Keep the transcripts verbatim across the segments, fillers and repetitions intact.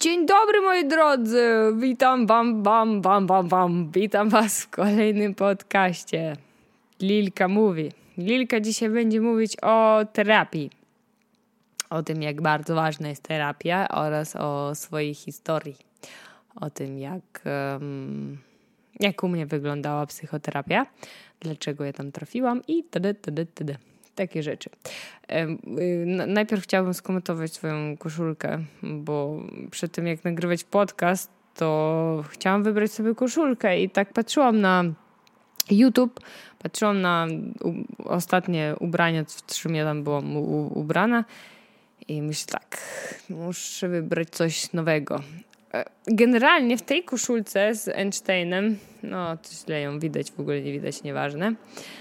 Dzień dobry, moi drodzy! Witam wam, wam, wam, wam, wam. Witam was w kolejnym podcaście. Lilka mówi. Lilka dzisiaj będzie mówić o terapii. O tym, jak bardzo ważna jest terapia oraz o swojej historii. O tym, jak, um, jak u mnie wyglądała psychoterapia, dlaczego ja tam trafiłam i td, td, td. Takie rzeczy. Najpierw chciałabym skomentować swoją koszulkę, bo przed tym jak nagrywać podcast, to chciałam wybrać sobie koszulkę i tak patrzyłam na YouTube, patrzyłam na u- ostatnie ubrania, w czym ja tam byłam u- ubrana i myślę tak, muszę wybrać coś nowego. Generalnie w tej koszulce z Einsteinem, no to źle ją widać, w ogóle nie widać, nieważne.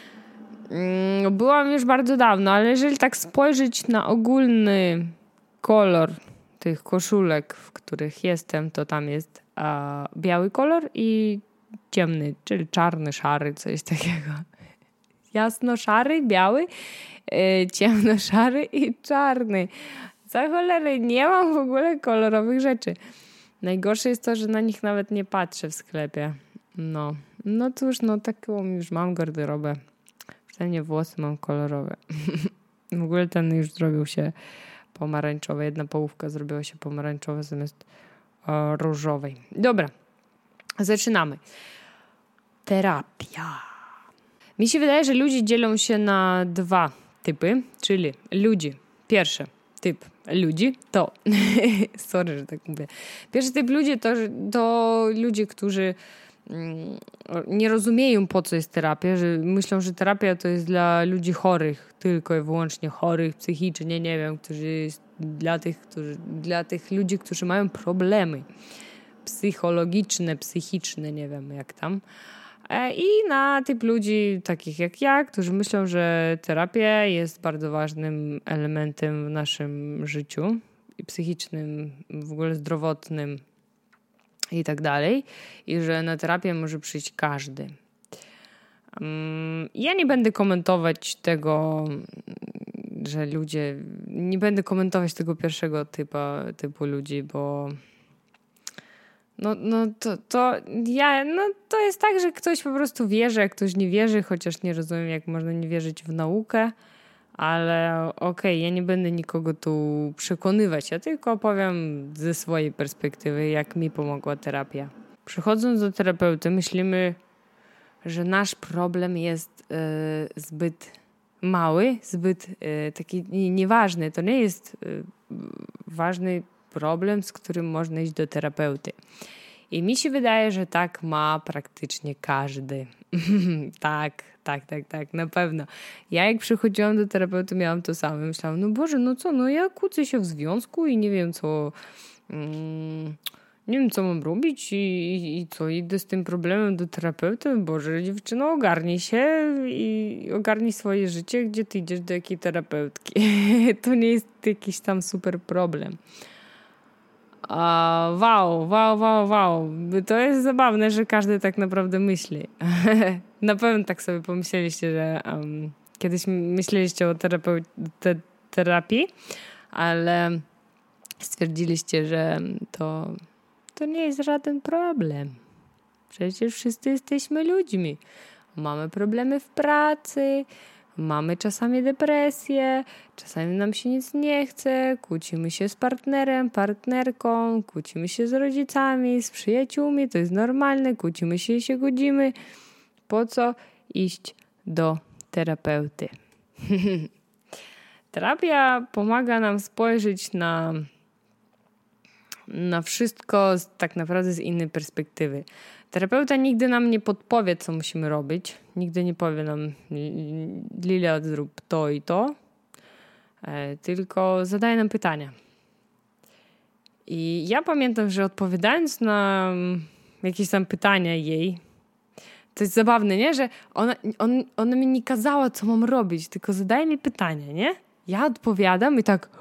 Byłam już bardzo dawno, ale jeżeli tak spojrzeć na ogólny kolor tych koszulek, w których jestem, to tam jest a, biały kolor i ciemny, czyli czarny, szary, coś takiego. Jasno-szary, biały, yy, ciemno-szary i czarny. Za cholerę nie mam w ogóle kolorowych rzeczy. Najgorsze jest to, że na nich nawet nie patrzę w sklepie. No, no cóż, no taką już mam garderobę. Nie, włosy mam kolorowe. W ogóle ten już zrobił się pomarańczowy. Jedna połówka zrobiła się pomarańczowa zamiast o, różowej. Dobra, zaczynamy. Terapia. Mi się wydaje, że ludzie dzielą się na dwa typy, czyli ludzi. Pierwszy typ ludzi to... Sorry, że tak mówię. Pierwszy typ ludzi to, to ludzie, którzy nie rozumieją, po co jest terapia, że myślą, że terapia to jest dla ludzi chorych, tylko i wyłącznie chorych psychicznie, nie wiem, którzy dla tych, którzy, dla tych ludzi, którzy mają problemy psychologiczne, psychiczne, nie wiem jak tam. I na typ ludzi takich jak ja, którzy myślą, że terapia jest bardzo ważnym elementem w naszym życiu i psychicznym, w ogóle zdrowotnym i tak dalej, i że na terapię może przyjść każdy. Um, ja nie będę komentować tego, że ludzie, nie będę komentować tego pierwszego typa, typu ludzi, bo no, no to, to ja, no to jest tak, że ktoś po prostu wierzy, a ktoś nie wierzy, chociaż nie rozumiem, jak można nie wierzyć w naukę. Ale okej, okay, ja nie będę nikogo tu przekonywać, ja tylko opowiem ze swojej perspektywy, jak mi pomogła terapia. Przychodząc do terapeuty, myślimy, że nasz problem jest y, zbyt mały, zbyt y, taki nieważny. To nie jest y, ważny problem, z którym można iść do terapeuty. I mi się wydaje, że tak ma praktycznie każdy. tak, tak, tak, tak, na pewno. Ja jak przychodziłam do terapeuty, miałam to samo. Myślałam, no Boże, no co, no ja kłócę się w związku i nie wiem co, mm, nie wiem co mam robić i, i, i co, idę z tym problemem do terapeuty. Boże, dziewczyno, ogarnij się i ogarnij swoje życie, gdzie ty idziesz do jakiej terapeutki. To nie jest jakiś tam super problem. A, wow, wow, wow, wow. To jest zabawne, że każdy tak naprawdę myśli. Na pewno tak sobie pomyśleliście, że um, kiedyś myśleliście o terapeu- te- terapii, ale stwierdziliście, że to, to nie jest żaden problem. Przecież wszyscy jesteśmy ludźmi. Mamy problemy w pracy, mamy czasami depresję, czasami nam się nic nie chce, kłócimy się z partnerem, partnerką, kłócimy się z rodzicami, z przyjaciółmi, to jest normalne, kłócimy się i się godzimy. Po co iść do terapeuty? Terapia pomaga nam spojrzeć na, na wszystko z, tak naprawdę z innej perspektywy. Terapeuta nigdy nam nie podpowie, co musimy robić. Nigdy nie powie nam, Lilia, zrób to i to. E, tylko zadaje nam pytania. I ja pamiętam, że odpowiadając na jakieś tam pytania jej, to jest zabawne, nie? Że ona, on, ona mi nie kazała, co mam robić, tylko zadaje mi pytania, nie? Ja odpowiadam i tak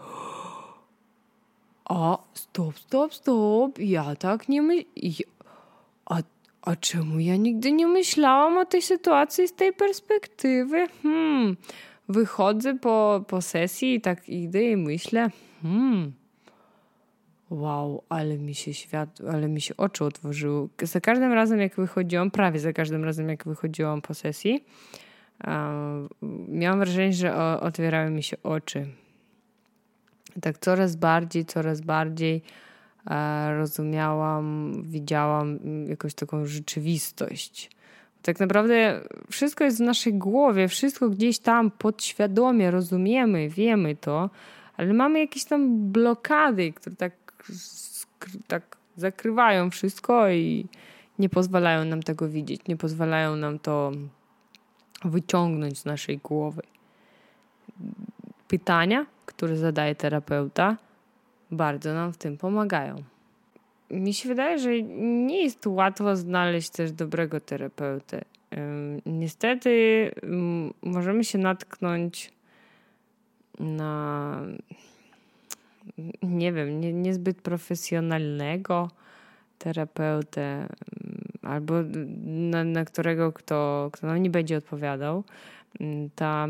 o, stop, stop, stop, ja tak nie myślę. A, a czemu ja nigdy nie myślałam o tej sytuacji z tej perspektywy? Hmm, wychodzę po, po sesji i tak idę i myślę, hmm, wow, ale mi się świat, ale mi się oczy otworzyły. Za każdym razem, jak wychodziłam, prawie za każdym razem, jak wychodziłam po sesji, um, miałam wrażenie, że o, otwierały mi się oczy. Tak coraz bardziej, coraz bardziej e, rozumiałam, widziałam jakąś taką rzeczywistość. Tak naprawdę wszystko jest w naszej głowie, wszystko gdzieś tam podświadomie rozumiemy, wiemy to, ale mamy jakieś tam blokady, które tak, tak zakrywają wszystko i nie pozwalają nam tego widzieć, nie pozwalają nam to wyciągnąć z naszej głowy. Pytania, które zadaje terapeuta, bardzo nam w tym pomagają. Mi się wydaje, że nie jest łatwo znaleźć też dobrego terapeutę. Niestety możemy się natknąć na nie wiem, nie, niezbyt profesjonalnego terapeutę albo na, na którego kto, kto nam nie będzie odpowiadał. Ta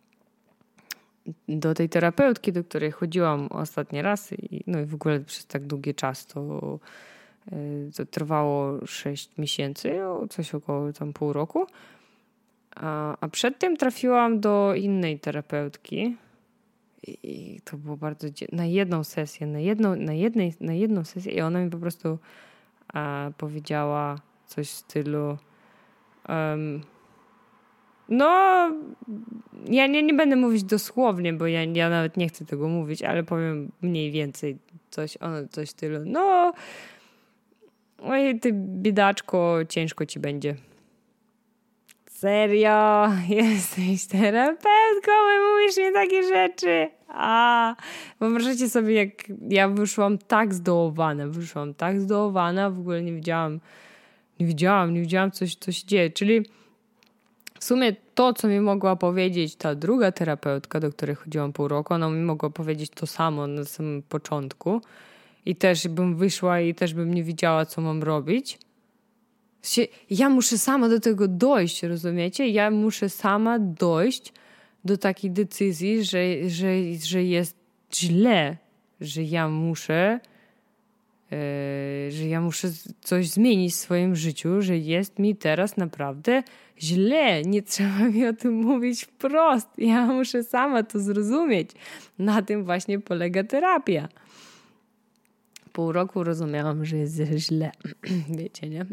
Do tej terapeutki, do której chodziłam ostatni raz i, no i w ogóle przez tak długi czas to, to trwało sześć miesięcy, coś około tam pół roku. A, a przedtem trafiłam do innej terapeutki i to było bardzo na jedną sesję, na jedną, na jednej, na jedną sesję i ona mi po prostu a, powiedziała coś w stylu um, no, ja nie, nie będę mówić dosłownie, bo ja, ja nawet nie chcę tego mówić, ale powiem mniej więcej coś, ono, coś w stylu, no, oj, ty biedaczko, ciężko ci będzie. Serio? Jesteś terapeutką i mówisz mi takie rzeczy? A, wyobraźcie sobie, jak ja wyszłam tak zdołowana, wyszłam tak zdołowana, w ogóle nie wiedziałam, nie wiedziałam, nie wiedziałam, coś, co się dzieje, czyli w sumie to, co mi mogła powiedzieć ta druga terapeutka, do której chodziłam pół roku, ona mi mogła powiedzieć to samo na samym początku i też bym wyszła i też bym nie wiedziała, co mam robić. Ja muszę sama do tego dojść, rozumiecie? Ja muszę sama dojść do takiej decyzji, że, że, że jest źle, że ja muszę Yy, że ja muszę coś zmienić w swoim życiu, że jest mi teraz naprawdę źle. Nie trzeba mi o tym mówić wprost. Ja muszę sama to zrozumieć. Na tym właśnie polega terapia. Pół roku rozumiałam, że jest źle. Wiecie, nie?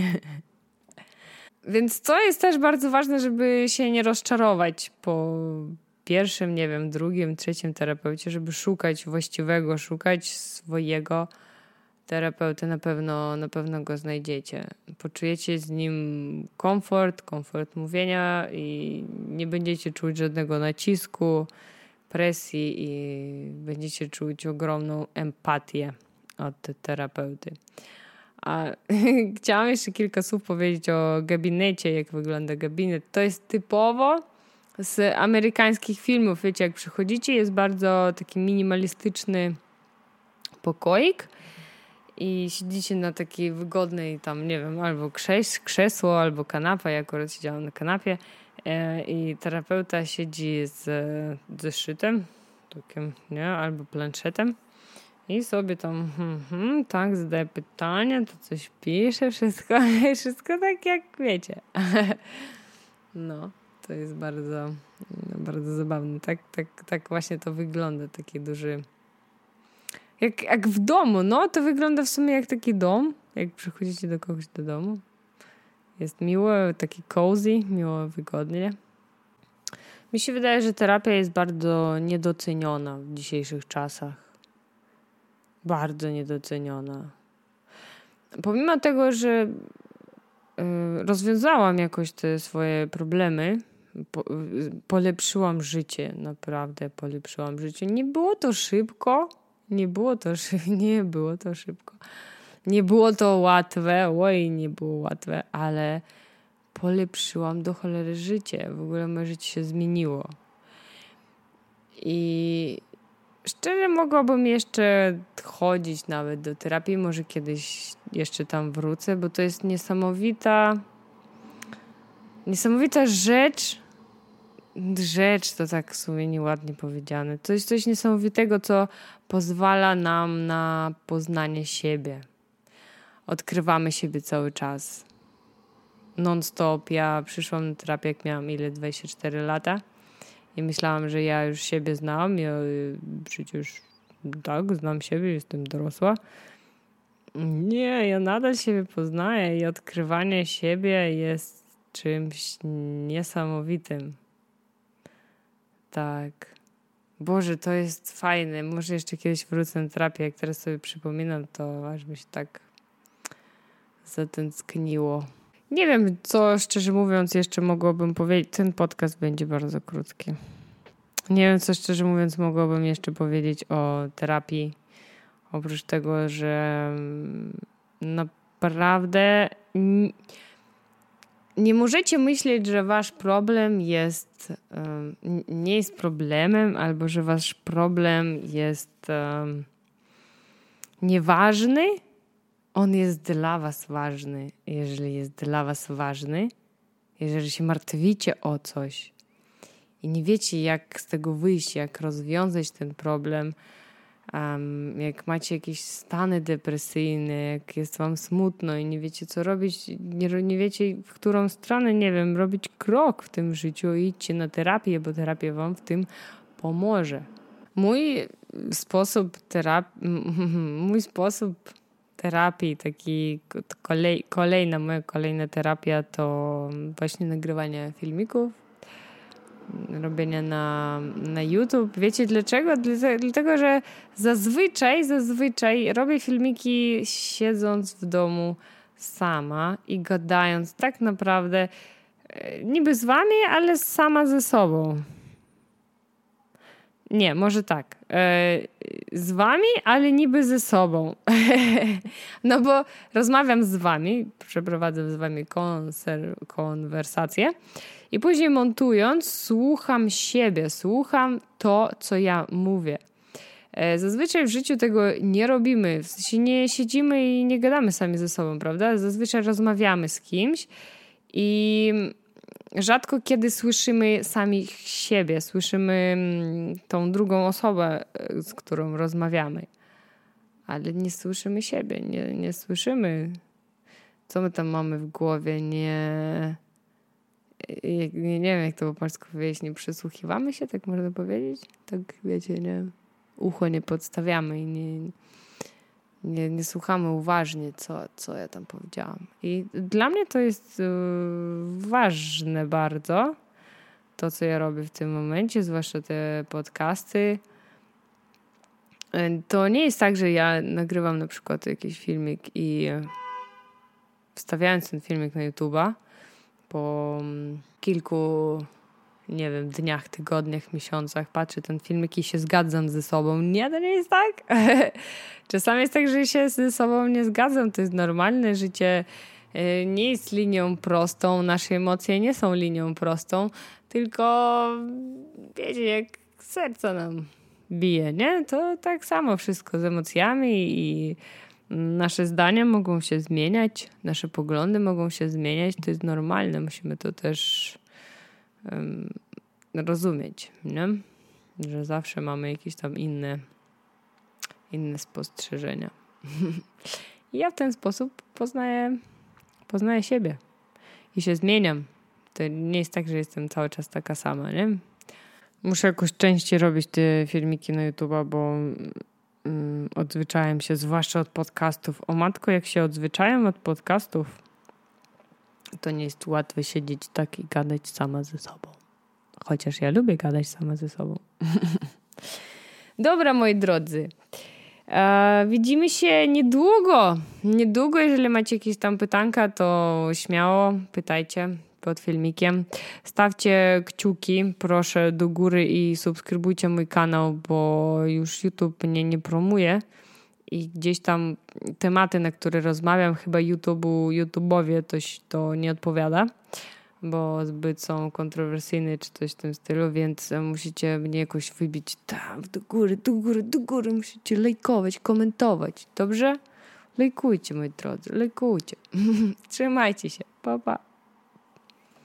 Więc to jest też bardzo ważne, żeby się nie rozczarować po pierwszym, nie wiem, drugim, trzecim terapeucie, żeby szukać właściwego, szukać swojego terapeuty, na pewno, na pewno go znajdziecie. Poczujecie z nim komfort, komfort mówienia i nie będziecie czuć żadnego nacisku, presji i będziecie czuć ogromną empatię od terapeuty. A chciałam jeszcze kilka słów powiedzieć o gabinecie, jak wygląda gabinet. To jest typowo z amerykańskich filmów. Wiecie, jak przychodzicie, jest bardzo taki minimalistyczny pokoik i siedzicie na takiej wygodnej tam, nie wiem, albo krzes- krzesło, albo kanapa. Ja akurat siedziałam na kanapie e, i terapeuta siedzi z zeszytem, takim, nie, albo planszetem i sobie tam hmm, hmm, tak, zadaje pytania, to coś pisze, wszystko, wszystko tak jak wiecie. No, to jest bardzo, bardzo zabawne. Tak, tak, tak właśnie to wygląda, taki duży... Jak, jak w domu, no to wygląda w sumie jak taki dom, jak przychodzicie do kogoś do domu. Jest miło, taki cozy, miło, wygodnie. Mi się wydaje, że terapia jest bardzo niedoceniona w dzisiejszych czasach. Bardzo niedoceniona. Pomimo tego, że y, rozwiązałam jakoś te swoje problemy, po, y, polepszyłam życie, naprawdę polepszyłam życie. Nie było to szybko, nie było to, nie było to szybko. Nie było to łatwe, oj, nie było łatwe, ale polepszyłam do cholery życie. W ogóle moje życie się zmieniło. I szczerze mogłabym jeszcze chodzić nawet do terapii. Może kiedyś jeszcze tam wrócę, bo to jest niesamowita niesamowita rzecz rzecz, to tak w sumie nieładnie powiedziane. To jest coś niesamowitego, co pozwala nam na poznanie siebie. Odkrywamy siebie cały czas. Non-stop. Ja przyszłam na terapię, jak miałam ile? dwadzieścia cztery lata. I myślałam, że ja już siebie znam. Ja przecież tak, znam siebie, jestem dorosła. Nie, ja nadal siebie poznaję i odkrywanie siebie jest czymś niesamowitym. Tak. Boże, to jest fajne. Może jeszcze kiedyś wrócę na terapię. Jak teraz sobie przypominam, to aż mi się tak zatęskniło. Nie wiem, co szczerze mówiąc jeszcze mogłabym powiedzieć. Ten podcast będzie bardzo krótki. Nie wiem, co szczerze mówiąc mogłabym jeszcze powiedzieć o terapii. Oprócz tego, że naprawdę nie możecie myśleć, że wasz problem jest nie jest problemem, albo że wasz problem jest um, nieważny. On jest dla was ważny. Jeżeli jest dla was ważny, jeżeli się martwicie o coś i nie wiecie, jak z tego wyjść, jak rozwiązać ten problem, um, jak macie jakieś stany depresyjne, jak jest wam smutno i nie wiecie, co robić, nie, nie wiecie, w którą stronę, nie wiem, robić krok w tym życiu, idźcie na terapię, bo terapia wam w tym pomoże. Mój sposób terapii, mój sposób terapii, taki kolej, kolejna, moja kolejna terapia to właśnie nagrywanie filmików, robienia na, na YouTube. Wiecie dlaczego? Dlatego, że zazwyczaj, zazwyczaj robię filmiki siedząc w domu sama i gadając tak naprawdę niby z wami, ale sama ze sobą. Nie, może tak. Z wami, ale niby ze sobą. No bo rozmawiam z wami, przeprowadzę z wami konser- konwersację i później montując słucham siebie, słucham to, co ja mówię. Zazwyczaj w życiu tego nie robimy. W sensie nie siedzimy i nie gadamy sami ze sobą, prawda? Zazwyczaj rozmawiamy z kimś i rzadko kiedy słyszymy sami siebie, słyszymy tą drugą osobę, z którą rozmawiamy. Ale nie słyszymy siebie, nie, nie słyszymy, co my tam mamy w głowie, nie, nie, nie wiem, jak to po polsku powiedzieć, nie przysłuchiwamy się, tak można powiedzieć? Tak, wiecie, nie, ucho nie podstawiamy i nie, nie, nie słuchamy uważnie, co, co ja tam powiedziałam. I dla mnie to jest yy, ważne bardzo, to, co ja robię w tym momencie, zwłaszcza te podcasty. To nie jest tak, że ja nagrywam na przykład jakiś filmik i wstawiając ten filmik na YouTube'a po kilku, nie wiem, dniach, tygodniach, miesiącach patrzę ten filmik i się zgadzam ze sobą. Nie, to nie jest tak. Czasami jest tak, że się ze sobą nie zgadzam. To jest normalne. Życie nie jest linią prostą. Nasze emocje nie są linią prostą, tylko wiecie, jak serce nam bije, nie? To tak samo wszystko z emocjami i nasze zdania mogą się zmieniać, nasze poglądy mogą się zmieniać. To jest normalne. Musimy to też um, rozumieć, nie? Że zawsze mamy jakieś tam inne inne spostrzeżenia. I ja w ten sposób poznaję, poznaję siebie i się zmieniam. To nie jest tak, że jestem cały czas taka sama, nie? Muszę jakoś częściej robić te filmiki na YouTube'a, bo mm, odzwyczaiłem się, zwłaszcza od podcastów. O matko, jak się odzwyczaiłem od podcastów, to nie jest łatwe siedzieć tak i gadać sama ze sobą. Chociaż ja lubię gadać sama ze sobą. Dobra, moi drodzy. E, widzimy się niedługo. Niedługo, jeżeli macie jakieś tam pytanka, to śmiało pytajcie pod filmikiem. Stawcie kciuki, proszę, do góry i subskrybujcie mój kanał, bo już YouTube mnie nie promuje i gdzieś tam tematy, na które rozmawiam, chyba YouTube'u, YouTube'owie to, to nie odpowiada, bo zbyt są kontrowersyjne czy coś w tym stylu, więc musicie mnie jakoś wybić tam, do góry, do góry, do góry. Musicie lajkować, komentować. Dobrze? Lajkujcie, moi drodzy, lajkujcie. Trzymajcie się. Pa, pa.